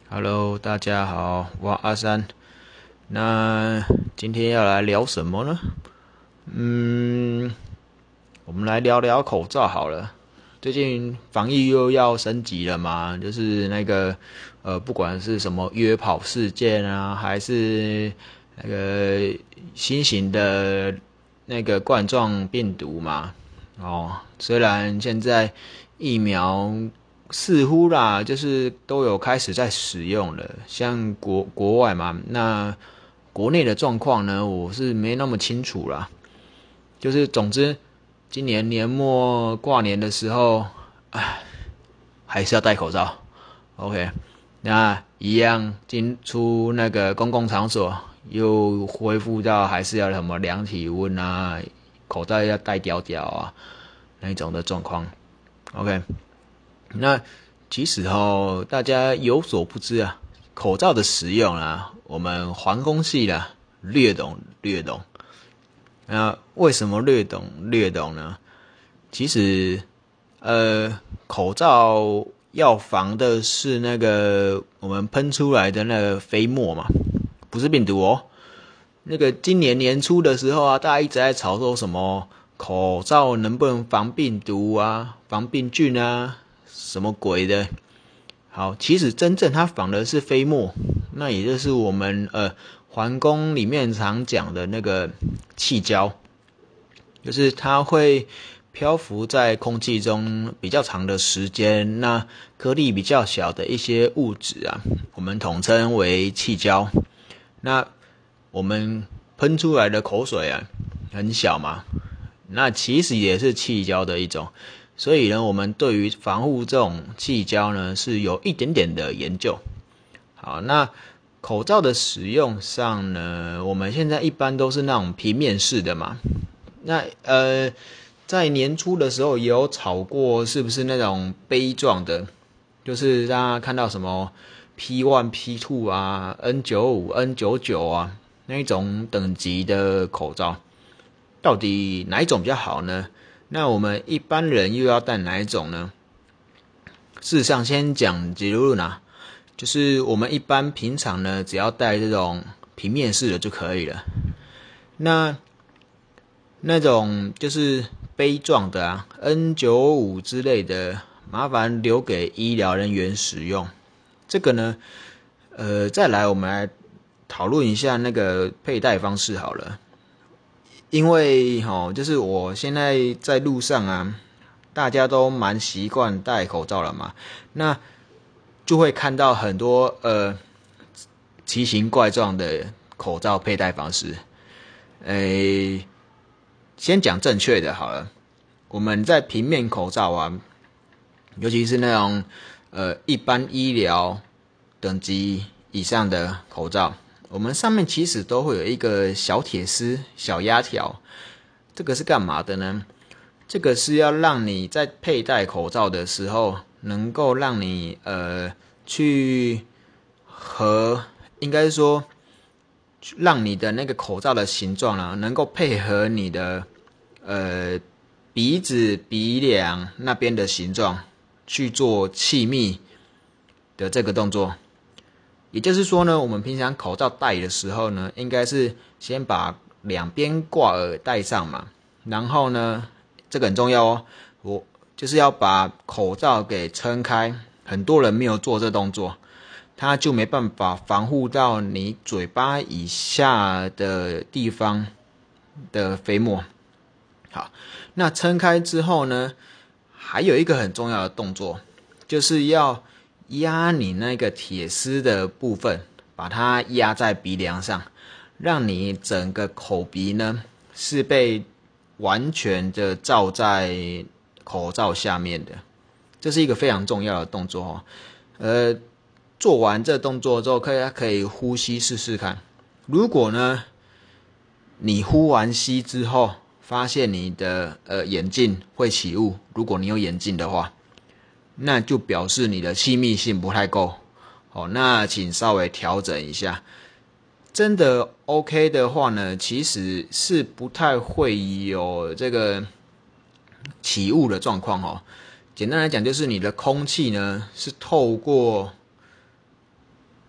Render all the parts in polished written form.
Hello，大家好，我阿三。那今天要来聊什么呢？我们来聊聊口罩好了。最近防疫又要升级了嘛，就是不管是什么约跑事件啊，还是那个新型的冠状病毒嘛。虽然现在疫苗似乎啦，就是都有开始在使用了，像国外嘛，那国内的状况呢，我是没那么清楚啦。就是总之，今年年末跨年的时候，还是要戴口罩。OK，那一样进出那个公共场所，又恢复到还是要什么量体温啊，口罩要戴屌屌啊那种的状况。OK，那其实大家有所不知啊，口罩的使用啊，我们环工系啦略懂略懂。那为什么略懂呢？其实，口罩要防的是那个我们喷出来的那个飞沫嘛，不是病毒哦。那个今年年初的时候啊，大家一直在吵说什么口罩能不能防病毒啊、防病菌啊，什么鬼的。好，其实真正它防的是飞沫，那也就是我们环工里面常讲的那个气胶，就是它会漂浮在空气中比较长的时间，那颗粒比较小的一些物质啊，我们统称为气胶。那我们喷出来的口水啊，很小嘛，那其实也是气胶的一种。所以呢，我们对于防护这种气胶呢，是有一点点的研究。好，那口罩的使用上呢，我们现在一般都是那种平面式的嘛。那在年初的时候也有炒过，是不是那种杯状的？就是大家看到什么 P1、P2 啊、N95、N99 啊那一种等级的口罩，到底哪一种比较好呢？那我们一般人又要戴哪一种呢？事实上，先讲结论啊，就是我们一般平常呢，只要戴这种平面式的就可以了。那种就是杯状的啊 ，N95 之类的，麻烦留给医疗人员使用。这个呢，再来我们来讨论一下那个佩戴方式好了。因为就是我现在在路上啊，大家都蛮习惯戴口罩了嘛，那就会看到很多奇形怪状的口罩佩戴方式。先讲正确的好了。我们在平面口罩啊，尤其是那种一般医疗等级以上的口罩，我们上面其实都会有一个小铁丝、小压条。这个是干嘛的呢？这个是要让你在佩戴口罩的时候，能够让你去应该是说，让你的那个口罩的形状啊，能够配合你的鼻子、鼻梁那边的形状去做气密的这个动作。也就是说呢，我们平常口罩戴的时候呢，应该是先把两边挂耳戴上嘛，然后呢，这个很重要哦，我就是要把口罩给撑开。很多人没有做这动作，他就没办法防护到你嘴巴以下的地方的飞沫。好，那撑开之后呢，还有一个很重要的动作，就是要压你那个铁丝的部分，把它压在鼻梁上，让你整个口鼻呢是被完全的罩在口罩下面的。这是一个非常重要的动作哦。做完这动作之后，可以呼吸试试看。如果呢，你呼完吸之后，发现你的眼镜会起雾，如果你有眼镜的话，那就表示你的气密性不太够。那请稍微调整一下。真的 OK 的话呢，其实是不太会有这个起雾的状况哦。简单来讲，就是你的空气呢是透过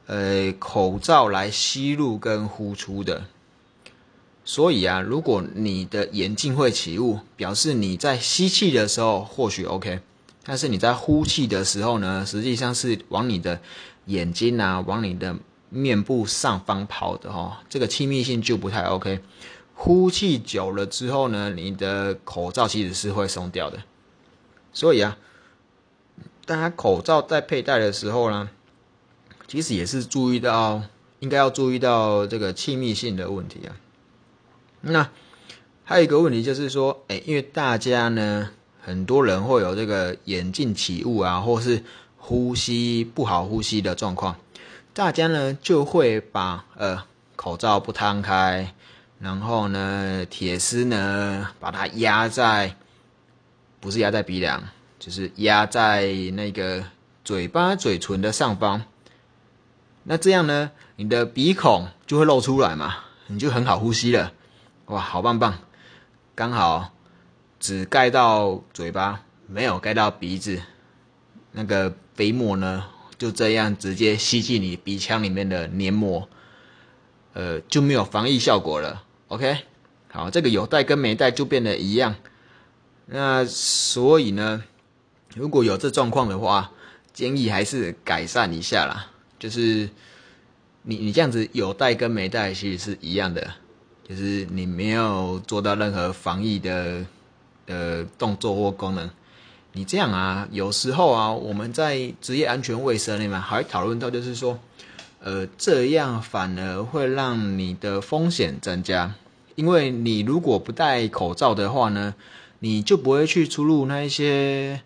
口罩来吸入跟呼出的。所以啊，如果你的眼镜会起雾，表示你在吸气的时候或许 OK， 但是你在呼气的时候呢，实际上是往你的眼睛啊，往你的面部上方跑的这个气密性就不太 OK。呼气久了之后呢，你的口罩其实是会松掉的。所以啊，大家口罩在佩戴的时候呢，其实也是应该要注意到这个气密性的问题啊。那还有一个问题就是说，因为大家呢，很多人会有这个眼镜起雾啊，或是呼吸不好呼吸的状况，大家呢就会把口罩不摊开，然后呢铁丝呢把它不是压在鼻梁，就是压在那个嘴巴嘴唇的上方。那这样呢，你的鼻孔就会露出来嘛，你就很好呼吸了。哇，好棒棒，刚好只盖到嘴巴，没有盖到鼻子，那个飞沫呢就这样直接吸进你鼻腔里面的黏膜，就没有防疫效果了。OK， 好，这个有戴跟没戴就变得一样。那所以呢，如果有这状况的话，建议还是改善一下啦。就是你这样子有戴跟没戴其实是一样的。就是你没有做到任何防疫的动作或功能，你这样啊，有时候啊，我们在职业安全卫生里面还会讨论到，就是说，这样反而会让你的风险增加，因为你如果不戴口罩的话呢，你就不会去出入那一些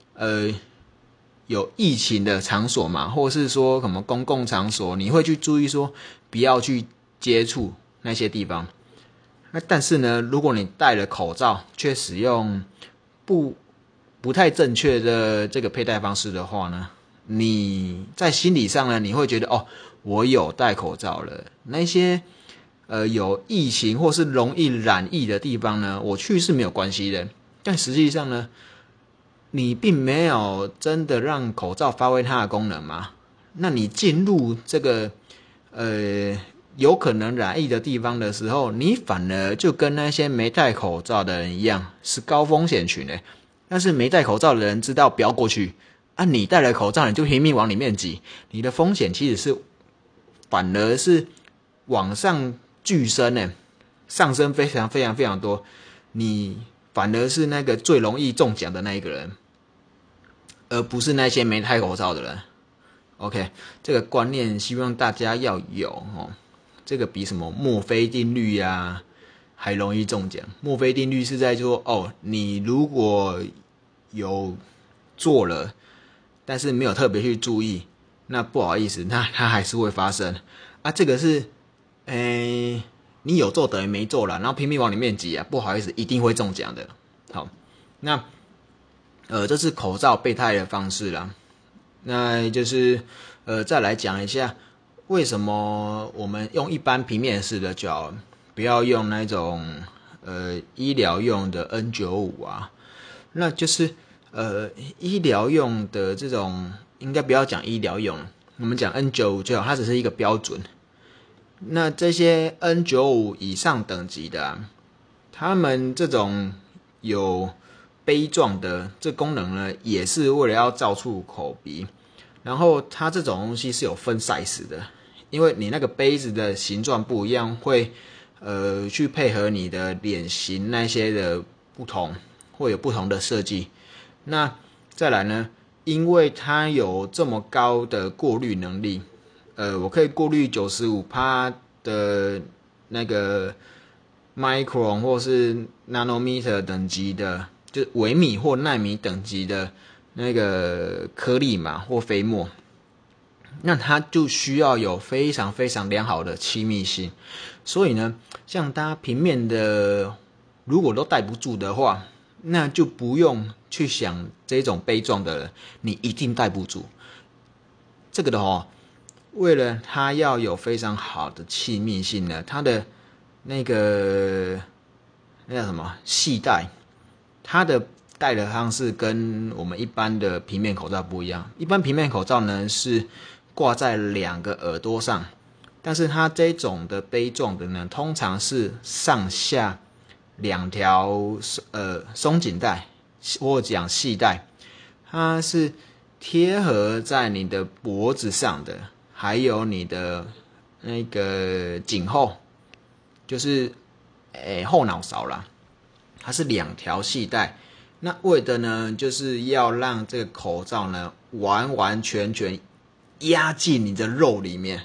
有疫情的场所嘛，或是说什么公共场所，你会去注意说不要去接触那些地方。那但是呢，如果你戴了口罩却使用不太正确的这个佩戴方式的话呢，你在心理上呢，你会觉得我有戴口罩了，那些有疫情或是容易染疫的地方呢，我去是没有关系的。但实际上呢，你并没有真的让口罩发挥它的功能嘛。那你进入这个有可能染疫的地方的时候，你反而就跟那些没戴口罩的人一样，是高风险群的。但是没戴口罩的人知道不要过去啊，你戴了口罩你就拼命往里面挤，你的风险其实反而是往上巨升的，上升非常非常非常多，你反而是那个最容易中奖的那一个人，而不是那些没戴口罩的人。OK， 这个观念希望大家要有这个比什么墨菲定律啊还容易中奖。墨菲定律是在说你如果有做了，但是没有特别去注意，那不好意思，那它还是会发生啊。这个是你有做等于没做啦，然后拼命往里面挤啊，不好意思，一定会中奖的。好，那这是口罩备胎的方式啦。那就是再来讲一下为什么我们用一般平面式的就好了，不要用那种医疗用的 N95 啊。那就是医疗用的这种，应该不要讲医疗用，我们讲 N95 就好，它只是一个标准。那这些 N95 以上等级的啊，他们这种有杯状的这功能呢，也是为了要罩住口鼻。然后它这种东西是有分 size 的，因为你那个杯子的形状不一样，会去配合你的脸型那些的不同，会有不同的设计。那再来呢，因为它有这么高的过滤能力，我可以过滤 95% 的那个 micron 或是 nanometer 等级的，就是微米或奈米等级的那个颗粒嘛或飞沫，那它就需要有非常非常良好的气密性。所以呢，像大家平面的如果都戴不住的话，那就不用去想这种杯状的人，你一定戴不住。这个的为了它要有非常好的气密性呢，它的那叫什么系带，它的戴的方式跟我们一般的平面口罩不一样。一般平面口罩呢是挂在2个耳朵上，但是它这种的杯状的呢，通常是上下2条松紧带或讲系带，它是贴合在你的脖子上的，还有你的那个颈后，就是后脑勺啦，它是2条系带。那为的呢，就是要让这个口罩呢完完全全压进你的肉里面，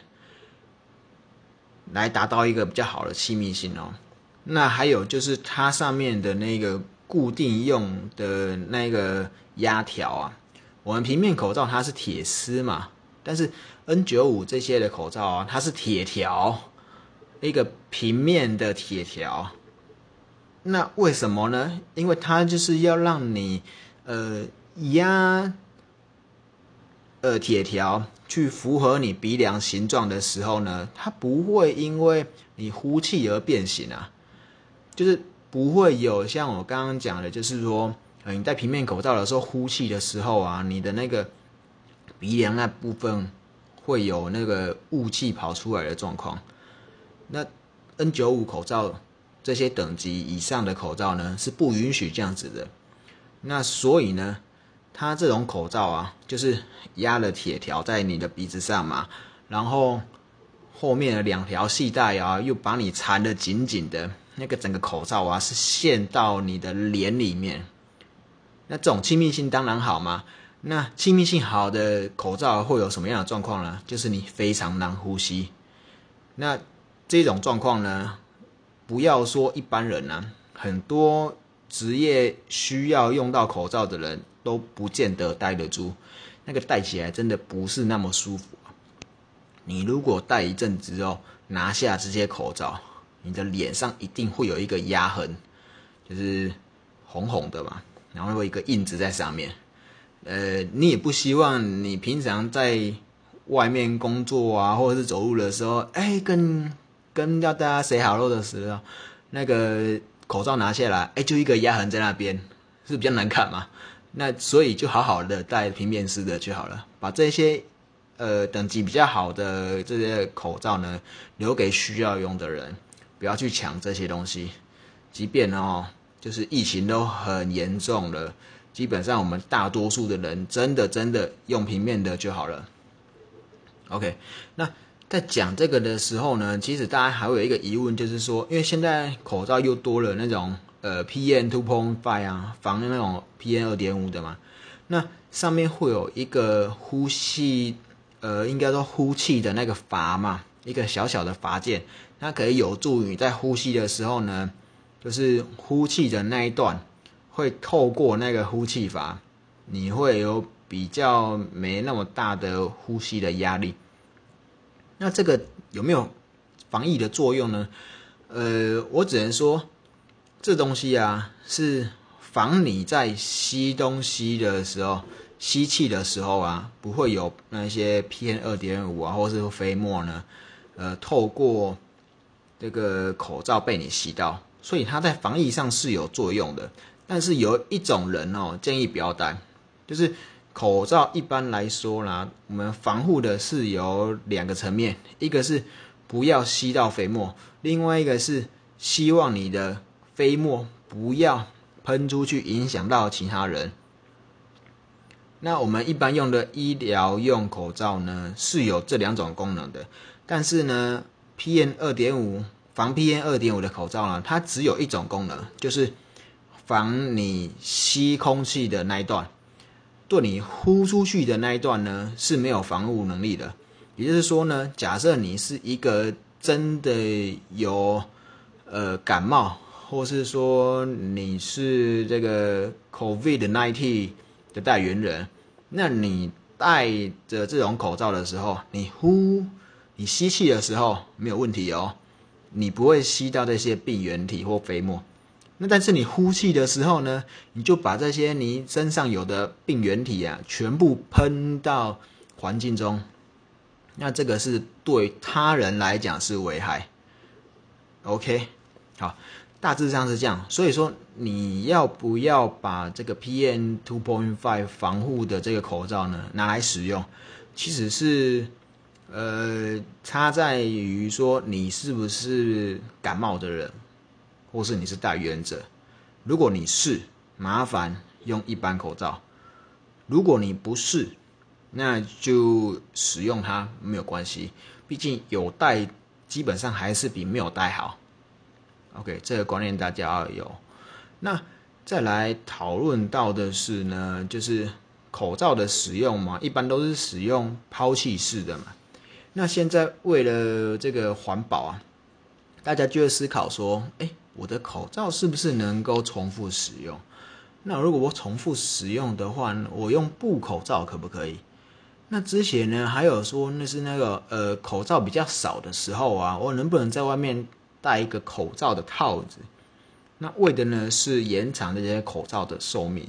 来达到一个比较好的气密性哦。那还有就是它上面的那个固定用的那个压条啊，我们平面口罩它是铁丝嘛，但是 N95 这些的口罩啊，它是铁条，一个平面的铁条。那为什么呢？因为它就是要让你压铁条去符合你鼻梁形状的时候呢，它不会因为你呼气而变形啊，就是不会有像我刚刚讲的，就是说你在平面口罩的时候呼气的时候啊，你的那个鼻梁那部分会有那个雾气跑出来的状况。那 N95 口罩这些等级以上的口罩呢，是不允许这样子的。那所以呢，它这种口罩啊，就是压了铁条在你的鼻子上嘛，然后后面的2条系带啊，又把你缠得紧紧的，那个整个口罩啊是陷到你的脸里面。那这种气密性当然好嘛。那气密性好的口罩会有什么样的状况呢？就是你非常难呼吸。那这种状况呢，不要说一般人啊，很多职业需要用到口罩的人都不见得戴得住，那个戴起来真的不是那么舒服啊。你如果戴一阵子之后拿下这些口罩，你的脸上一定会有一个压痕，就是红红的嘛，然后会有一个印子在上面。你也不希望你平常在外面工作啊，或者是走路的时候，跟要大家 say hello 的时候，那个口罩拿下来，就一个压痕在那边，是比较难看嘛。那所以就好好的戴平面式的就好了，把这些等级比较好的这些口罩呢，留给需要用的人，不要去抢这些东西。即便就是疫情都很严重了，基本上我们大多数的人真的用平面的就好了。OK， 那在讲这个的时候呢，其实大家还会有一个疑问，就是说，因为现在口罩又多了那种PM 2.5 啊，防那种 PM 2.5 的嘛，那上面会有一个呼气，应该说呼气的那个阀嘛，一个小小的阀件，它可以有助于你在呼吸的时候呢，就是呼气的那一段会透过那个呼气阀，你会有比较没那么大的呼吸的压力。那这个有没有防疫的作用呢？我只能说，这东西啊是防你在吸东西的时候、吸气的时候啊，不会有那些 PM 2.5 啊，或是飞沫呢，透过这个口罩被你吸到，所以它在防疫上是有作用的。但是有一种人建议不要戴，就是口罩一般来说啦，我们防护的是有2个层面，一个是不要吸到飞沫，另外一个是希望你的飞沫不要喷出去影响到其他人。那我们一般用的医疗用口罩呢，是有这2种功能的，但是呢 PM 2.5 防 PM 2.5 的口罩呢，它只有一种功能，就是防你吸空气的那一段，对你呼出去的那一段呢是没有防护能力的。也就是说呢，假设你是一个真的有感冒，或是说你是这个 COVID-19 的带原人，那你戴着这种口罩的时候，你吸气的时候没有问题哦，你不会吸到这些病原体或飞沫。那但是你呼气的时候呢，你就把这些你身上有的病原体啊，全部喷到环境中，那这个是对他人来讲是危害。OK， 好，大致上是这样。所以说，你要不要把这个 PM 2.5 防护的这个口罩呢拿来使用，其实是差在于说你是不是感冒的人，或是你是带原者。如果你是，麻烦用一般口罩；如果你不是，那就使用它没有关系。毕竟有戴基本上还是比没有戴好。OK， 这个观念大家要有。那再来讨论到的是呢，就是口罩的使用嘛，一般都是使用抛弃式的嘛。那现在为了这个环保啊，大家就会思考说，我的口罩是不是能够重复使用？那如果我重复使用的话，我用布口罩可不可以？那之前呢，还有说那是那个口罩比较少的时候啊，我能不能在外面戴一个口罩的套子？那为的呢是延长这些口罩的寿命。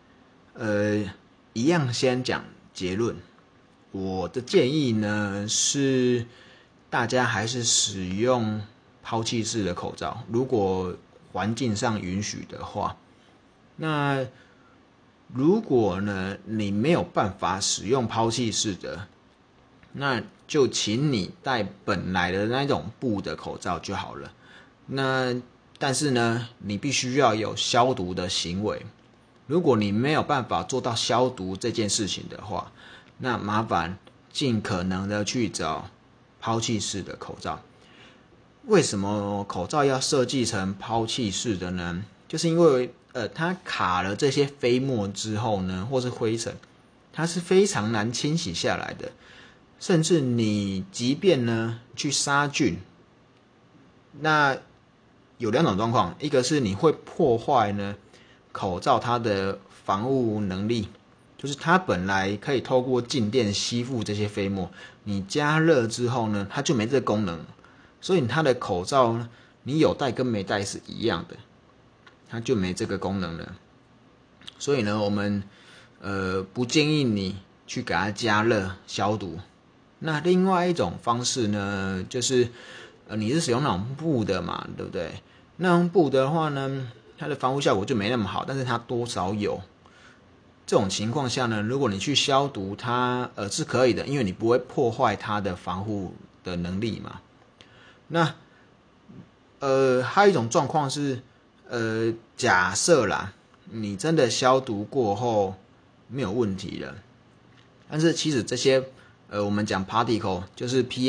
一样先讲结论。我的建议呢是，大家还是使用抛弃式的口罩，如果环境上允许的话。那如果呢你没有办法使用抛弃式的，那就请你戴本来的那种布的口罩就好了。但是呢，你必须要有消毒的行为。如果你没有办法做到消毒这件事情的话，那麻烦尽可能的去找抛弃式的口罩。为什么口罩要设计成抛弃式的呢？就是因为它卡了这些飞沫之后呢，或是灰尘，它是非常难清洗下来的。甚至你即便呢去杀菌，那有两种状况，一个是你会破坏呢口罩它的防护能力，就是它本来可以透过静电吸附这些飞沫，你加热之后呢，它就没这个功能，所以它的口罩呢，你有戴跟没戴是一样的，它就没这个功能了。所以呢，我们不建议你去给它加热消毒。那另外一种方式呢，就是你是使用那种布的嘛，对不对？那种布的话呢，它的防护效果就没那么好，但是它多少有。这种情况下呢，如果你去消毒它，是可以的，因为你不会破坏它的防护的能力嘛。那还有一种状况是，假设啦，你真的消毒过后没有问题了，但是其实这些我们讲 particle 就是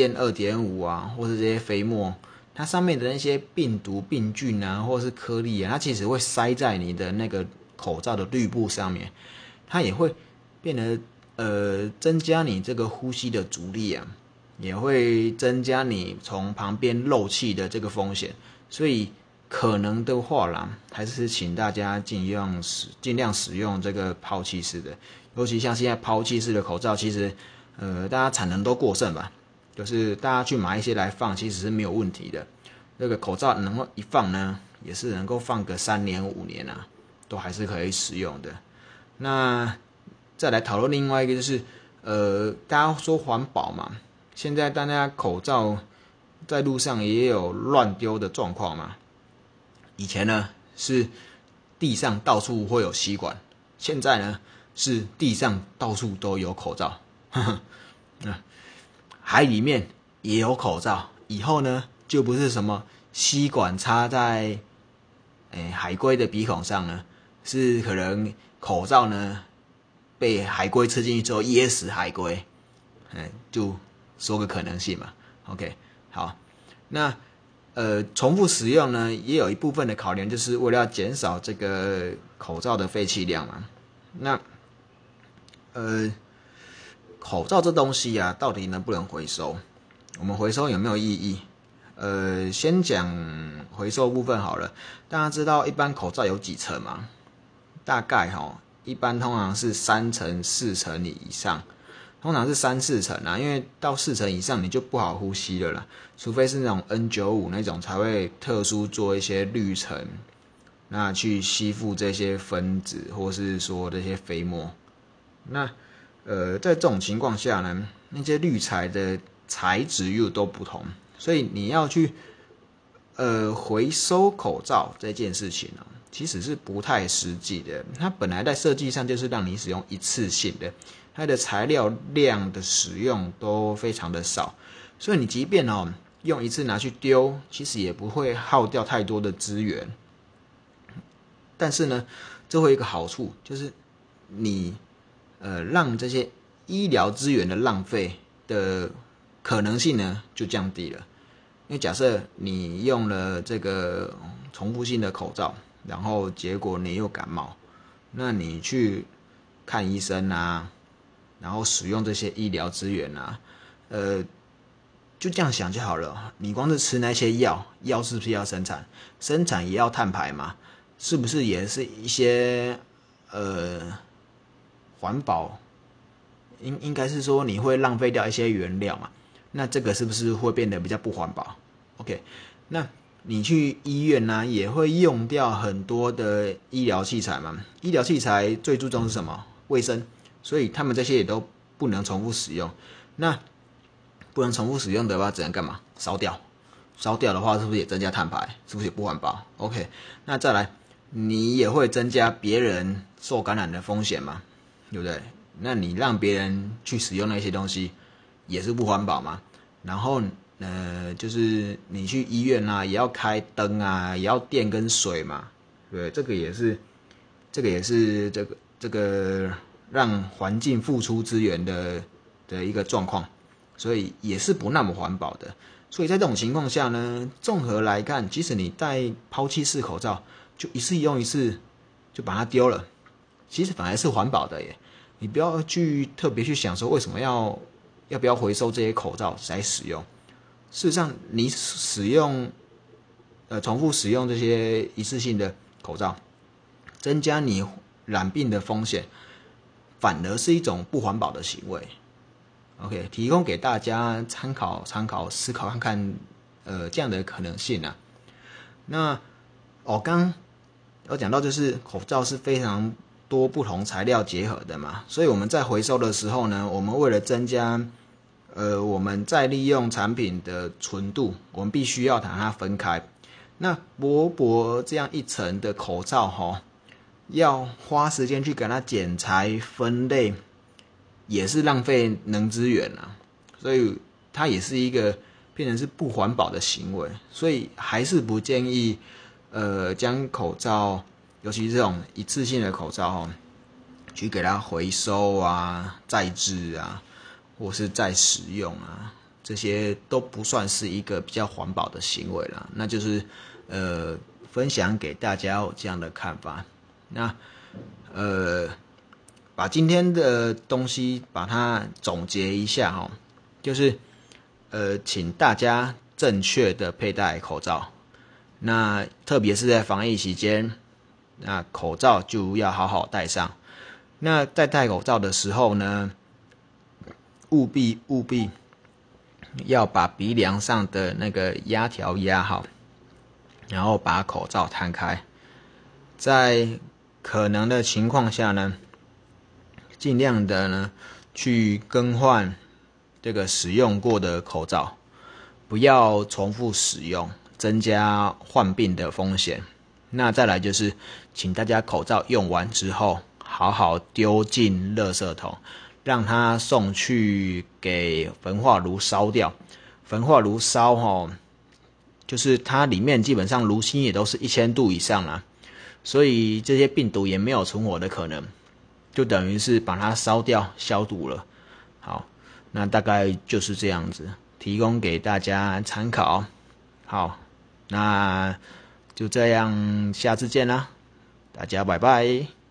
PM2.5 啊，或是这些飞沫，它上面的那些病毒、病菌啊，或是颗粒啊，它其实会塞在你的那个口罩的滤布上面，它也会变得增加你这个呼吸的阻力啊，也会增加你从旁边漏气的这个风险。所以可能的话啦，还是请大家尽量使用这个抛弃式的，尤其像现在抛弃式的口罩，其实大家产能都过剩吧，就是大家去买一些来放，其实是没有问题的。这个口罩能够一放呢，也是能够放个3年5年啊，都还是可以使用的。那再来讨论另外一个，就是大家说环保嘛，现在大家口罩在路上也有乱丢的状况嘛。以前呢是地上到处会有吸管，现在呢是地上到处都有口罩。海里面也有口罩，以后呢就不是什么吸管插在海龟的鼻孔上呢，是可能口罩呢被海龟吃进去之后噎死海龟，就说个可能性嘛。OK， 好，那重复使用呢，也有一部分的考量，就是为了要减少这个口罩的废气量嘛。那口罩这东西啊，到底能不能回收？我们回收有没有意义？先讲回收部分好了。大家知道一般口罩有几层吗？大概一般通常是3层、4层以上，通常是3、4层啊，因为到4层以上你就不好呼吸了啦，除非是那种 N95 那种才会特殊做一些滤层，那去吸附这些分子或是说这些飞沫。那在这种情况下呢，那些滤材的材质又都不同，所以你要去回收口罩这件事情其实是不太实际的。它本来在设计上就是让你使用一次性的， 它的材料量的使用都非常的少，所以你即便用一次拿去丢，其实也不会耗掉太多的资源。但是呢，这会有一个好处，就是你让这些医疗资源的浪费的可能性呢就降低了。因为假设你用了这个重复性的口罩，然后结果你又感冒，那你去看医生啊，然后使用这些医疗资源啊，就这样想就好了。你光是吃那些药是不是要生产？生产也要碳排嘛？是不是也是一些环保？应该是说你会浪费掉一些原料嘛？那这个是不是会变得比较不环保 ？OK， 那你去医院呢，也会用掉很多的医疗器材嘛？医疗器材最注重是什么？卫生，所以他们这些也都不能重复使用。那不能重复使用的话，只能干嘛？烧掉。烧掉的话，是不是也增加碳排？是不是也不环保 ？OK， 那再来，你也会增加别人受感染的风险嘛？对不对？那你让别人去使用那些东西，也是不环保嘛？然后就是你去医院啊，也要开灯啊，也要电跟水嘛，对，这个也是这个让环境付出资源的一个状况，所以也是不那么环保的。所以在这种情况下呢，综合来看，即使你戴抛弃式口罩，就一次用一次就把它丢了，其实反而是环保的耶。你不要去特别去想说为什么要不要回收这些口罩来使用。事实上，你使用重复使用这些一次性的口罩，增加你染病的风险，反而是一种不环保的行为。OK， 提供给大家参考，思考看看，这样的可能性啊。那刚有讲到，就是口罩是非常多不同材料结合的嘛，所以我们在回收的时候呢，我们为了增加我们再利用产品的纯度，我们必须要把它分开。那薄薄这样一层的口罩要花时间去给它剪裁分类，也是浪费能资源啊，所以它也是一个变成是不环保的行为，所以还是不建议将口罩，尤其是这种一次性的口罩去给它回收啊、再制啊，或是再使用啊，这些都不算是一个比较环保的行为啦。那就是分享给大家这样的看法。那把今天的东西把它总结一下就是请大家正确的佩戴口罩。那特别是在防疫期间，那口罩就要好好戴上。那在戴口罩的时候呢，务必要把鼻梁上的那个压条压好，然后把口罩摊开。在可能的情况下呢，尽量的呢去更换这个使用过的口罩，不要重复使用，增加患病的风险。那再来就是，请大家口罩用完之后，好好丢进垃圾桶，让它送去给焚化炉烧掉。焚化炉烧就是它里面基本上炉芯也都是1000度以上啦，所以这些病毒也没有存活的可能，就等于是把它烧掉消毒了。好，那大概就是这样子，提供给大家参考。好，那就这样，下次见啦，大家拜拜。